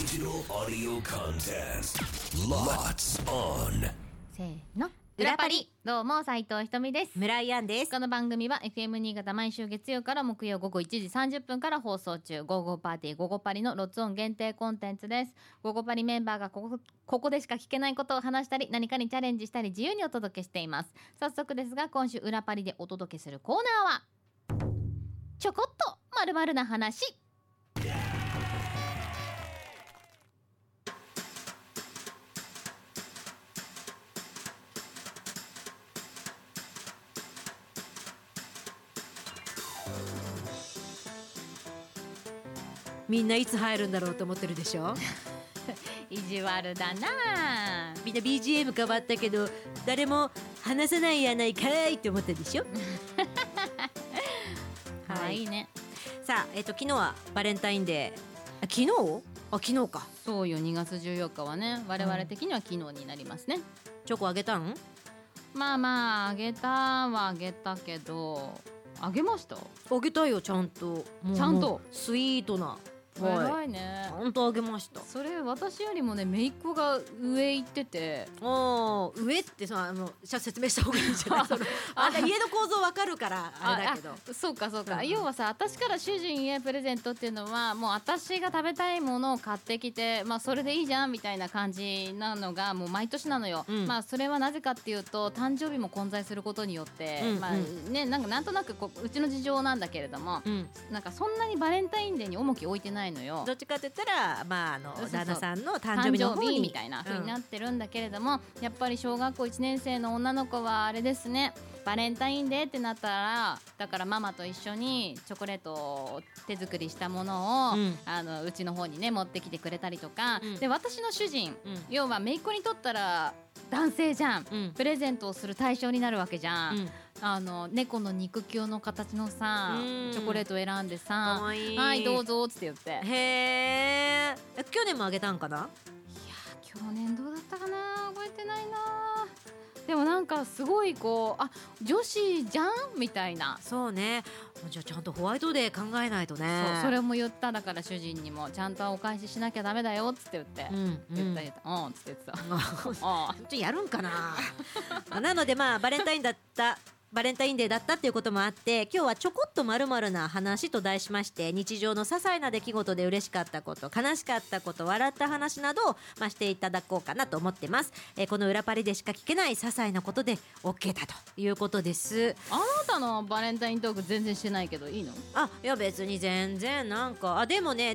Digital audio contest. Lots on. せーの、裏パリ。どうも斉藤ひとみです。 村井杏です。 この番組は FM 新潟毎週月曜から木曜午後1時30分から放送中、ゴーゴーパーティーゴーゴーパリのロッツオン限定コンテンツです。ゴーゴーパリメンバーがここでしか聞けないことを話したり、何かにチャレンジしたり自由にお届けしています。早速ですが、今週裏パリでお届けするコーナーはちょこっと〇〇な話。 みんないつ入るんだろうと思ってるでしょ意地悪だな。 みんな BGM 変わったけど誰も話さないやないかいって思ったでしょかわいいね。 さあ、昨日はバレンタインデー。昨日か。 そうよ、2月14日はね、我々的には昨日になりますね。 チョコあげたん？ まああげたはあげたけど、あげました？ あげたよ、ちゃんと。 ちゃんとスイートな。 偉いね。 ちゃんとあげました。 それ私よりもね、姪っ子が上行ってて。 上って説明した方がいいんじゃない家の構造わかるからあれだけど。 そうか、要はさ、私から主人へプレゼントっていうのはもう私が食べたいものを買ってきて、それでいいじゃんみたいな感じなのがもう毎年なのよ。それはなぜかっていうと、誕生日も混在することによって、なんとなくうちの事情なんだけれども、なんかそんなにバレンタインデーに重きを置いてないのよ。 どっちかって言ったら、旦那さんの誕生日の方にみたいな風になってるんだけれども、やっぱり小学校1年生の女の子はあれですね、バレンタインデーってなったら、だからママと一緒にチョコレートを手作りしたものを、うちの方にね持ってきてくれたりとか、で私の主人、要は姪っ子にとったら男性じゃん、プレゼントをする対象になるわけじゃん、猫の肉球の形のさ、チョコレートを選んでさ、はいどうぞって言って。 へー、去年もあげたんかな。 いや去年どうだったかな、覚えてないな。でもなんかすごい女子じゃんみたいな。 そうね。じゃあちゃんとホワイトデー考えないとね。 それも言った。だから主人にもちゃんとお返ししなきゃダメだよっつって言って、言ったつって言ってたちょっとやるんかななのでバレンタインデーだったっていうこともあって、今日はちょこっと〇〇な話と題しまして、日常の些細な出来事で嬉しかったこと、悲しかったこと、笑った話などをしていただこうかなと思ってます。この裏パリでしか聞けない些細なことで OK だということです。 あなたのバレンタイントーク全然してないけどいいの？ いや別に全然でもね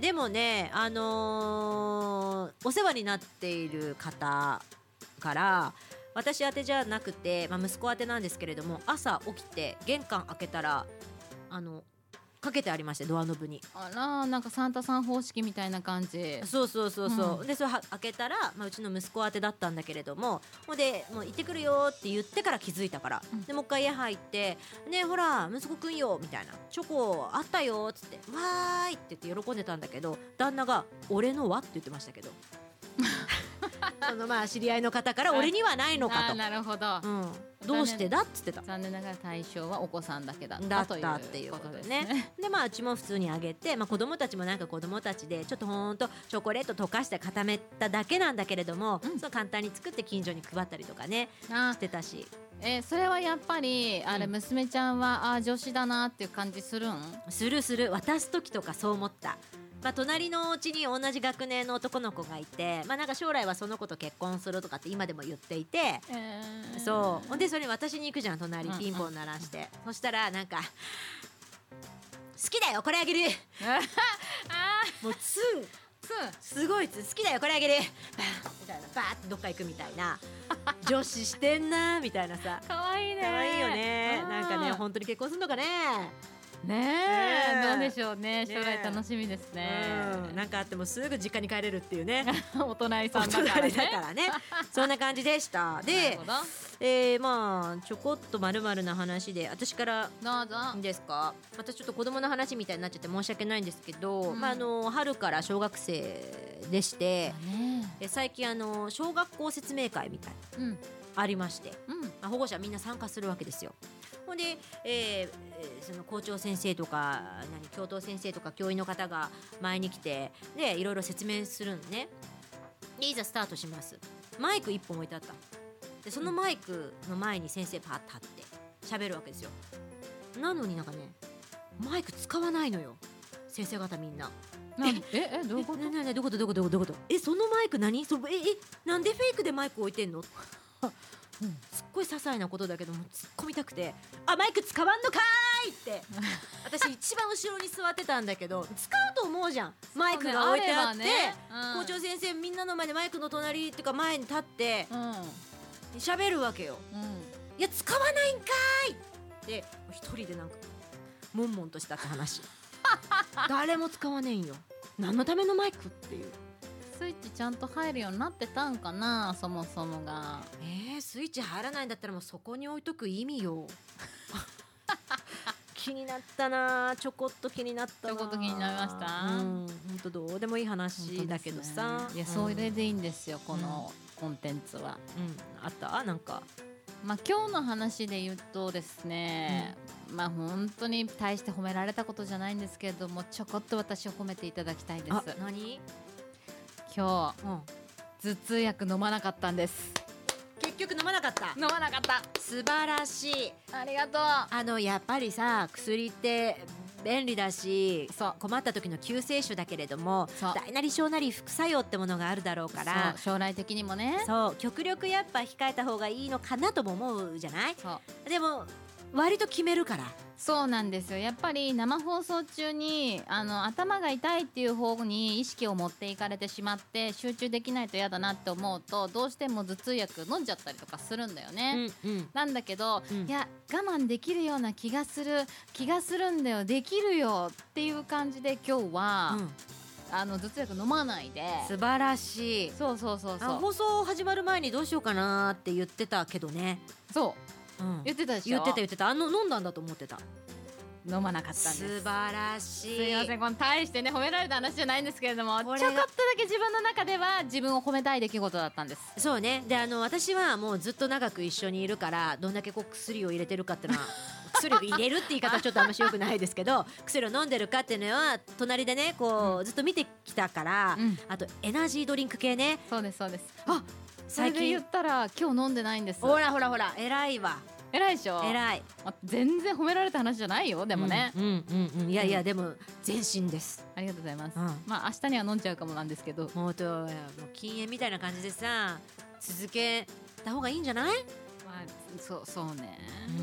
お世話になっている方から私宛てじゃなくて、息子宛てなんですけれども、朝起きて玄関開けたらかけてありまして、ドアノブに。 なんかサンタさん方式みたいな感じ。 そう、でそれ開けたら、うちの息子宛てだったんだけれども、もう行ってくるよって言ってから気づいたから、でもう一回家入ってね、ほら息子くんよみたいな、チョコあったよっつって、わーいって言って喜んでたんだけど、旦那が俺のはって言ってましたけど知り合いの方から俺にはないのかと。 なるほど、 どうしてだっつってた。 残念ながら対象はお子さんだけだったっていうことですね。 でうちも普通にあげて、子供たちも子供たちでちょっとほんとチョコレート溶かして固めただけなんだけれども、そう簡単に作って近所に配ったりとかねしてたし。 それはやっぱり娘ちゃんは女子だなっていう感じするん？ する渡す時とかそう思った。隣のお家に同じ学年の男の子がいて、将来はその子と結婚するとかって今でも言っていて、そうでそれに私に行くじゃん、隣ピンポン鳴らして、そしたら好きだよこれあげるもうすごい好きだよこれあげるみたいな、バーってどっか行くみたいな女子してんなみたいなさ。 かわいいね。 かわいいよね。本当に結婚するのかね。 どうでしょうね。将来楽しみですね。 なんかあってもすぐ実家に帰れるっていうねお隣さんだからねそんな感じでした。で、ちょこっと〇〇な話で私からどうぞ。 ですか。またちょっと子供の話みたいになっちゃって申し訳ないんですけど、春から小学生でして、最近小学校説明会みたいな、ありまして、保護者みんな参加するわけですよ。 ほんで、その校長先生とか教頭先生とか教員の方が前に来てでいろいろ説明するんね。でいざスタートします。マイク1本置いてあった。でそのマイクの前に先生パッと立って喋るわけですよ。なのになんかねマイク使わないのよ先生方みんな。 どういうこと？ どういうことそのマイク何なんでフェイクでマイク置いてんのすっごい些細なことだけども突っ込みたくてマイク使わんのかーいって私一番後ろに座ってたんだけど使うと思うじゃんマイクが置いてあって、校長先生みんなの前でマイクの隣っていうか前に立って喋るわけよ、いや使わないんかーいって一人でなんか悶々としたって話誰も使わねえんよ何のためのマイクっていうスイッチちゃんと入るようになってたんかなそもそもが。 スイッチ入らないんだったらもうそこに置いとく意味よ気になったなちょこっと気になったなちょこっと気になりました。 本当どうでもいい話だけどさ、 いやそれでいいんですよこのコンテンツは。 あったなんか今日の話で言うとですね、本当に大して褒められたことじゃないんですけれどもちょこっと私を褒めていただきたいです。 何？ 今日、頭痛薬飲まなかったんです。 結局飲まなかった。 飲まなかった。 素晴らしい。 ありがとう。 やっぱりさ薬って便利だし困った時の救世主だけれども大なり小なり副作用ってものがあるだろうから将来的にもね極力やっぱ控えた方がいいのかなとも思うじゃない。でも割と決めるから。 そうなんですよ。やっぱり生放送中に頭が痛いっていう方に意識を持っていかれてしまって集中できないと嫌だなって思うとどうしても頭痛薬飲んじゃったりとかするんだよね、なんだけど、いや我慢できるような気がするんだよできるよっていう感じで今日は、頭痛薬飲まないで。 素晴らしい。 そう放送始まる前にどうしようかなって言ってたけどね。 言ってたでしょ。 言ってた飲んだんだと思ってた。 飲まなかったんです。 素晴らしい。 すいませんこの大してね褒められた話じゃないんですけれどもちょこっとだけ自分の中では自分を褒めたい出来事だったんです。 そうね。で私はもうずっと長く一緒にいるからどんだけ薬を入れてるかってのは薬を入れるって言い方はちょっとあんましよくないですけど薬を飲んでるかっていうのは隣でねずっと見てきたから、あとエナジードリンク系ね。 そうです最近言ったら今日飲んでないんです。 ほら偉いわ。 偉いでしょ。 偉い。 全然褒められた話じゃないよでもね。 いやでも全身です。 ありがとうございます。明日には飲んじゃうかもなんですけどもう禁煙みたいな感じでさ続けた方がいいんじゃない？ そうね。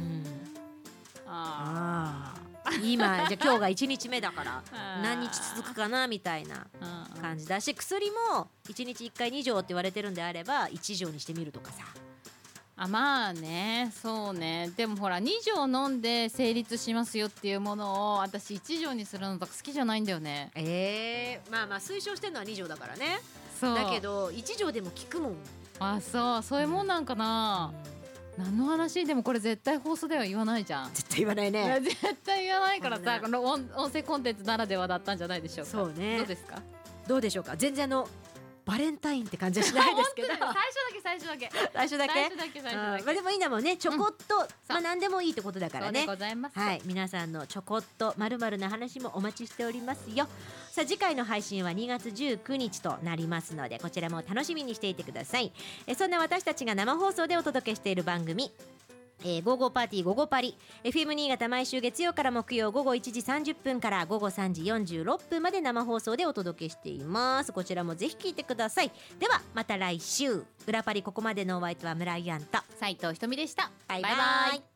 今じゃ今日が1日目だから何日続くかなみたいな感じだし薬も1日1回2錠って言われてるんであれば1錠にしてみるとかさ。 まあねそうね。でもほら2錠飲んで成立しますよっていうものを私1錠にするのとか好きじゃないんだよね。 まあ推奨してるのは2錠だからね。 そうだけど1錠でも効くもん。 そういうもんなんかな、何の話でもこれ絶対放送では言わないじゃん。 絶対言わないね。 絶対言わないからさこの音声コンテンツならではだったんじゃないでしょうか。 そうね。 どうですか？ どうでしょうか。全然バレンタインって感じはしないですけど最初だけでもいいんだもんねちょこっと、何でもいいってことだからね。 そうでございます。 皆さんのちょこっと〇〇な話もお待ちしておりますよ。さあ次回の配信は2月19日となりますのでこちらも楽しみにしていてください。そんな私たちが生放送でお届けしている番組ゴーゴーパーティーゴゴパリ FM 新潟毎週月曜から木曜午後1時30分から午後3時46分まで生放送でお届けしています。こちらもぜひ聞いてください。ではまた来週。裏パリここまでのお相手は村井アンと斉藤ひとみでした。 バイバイ。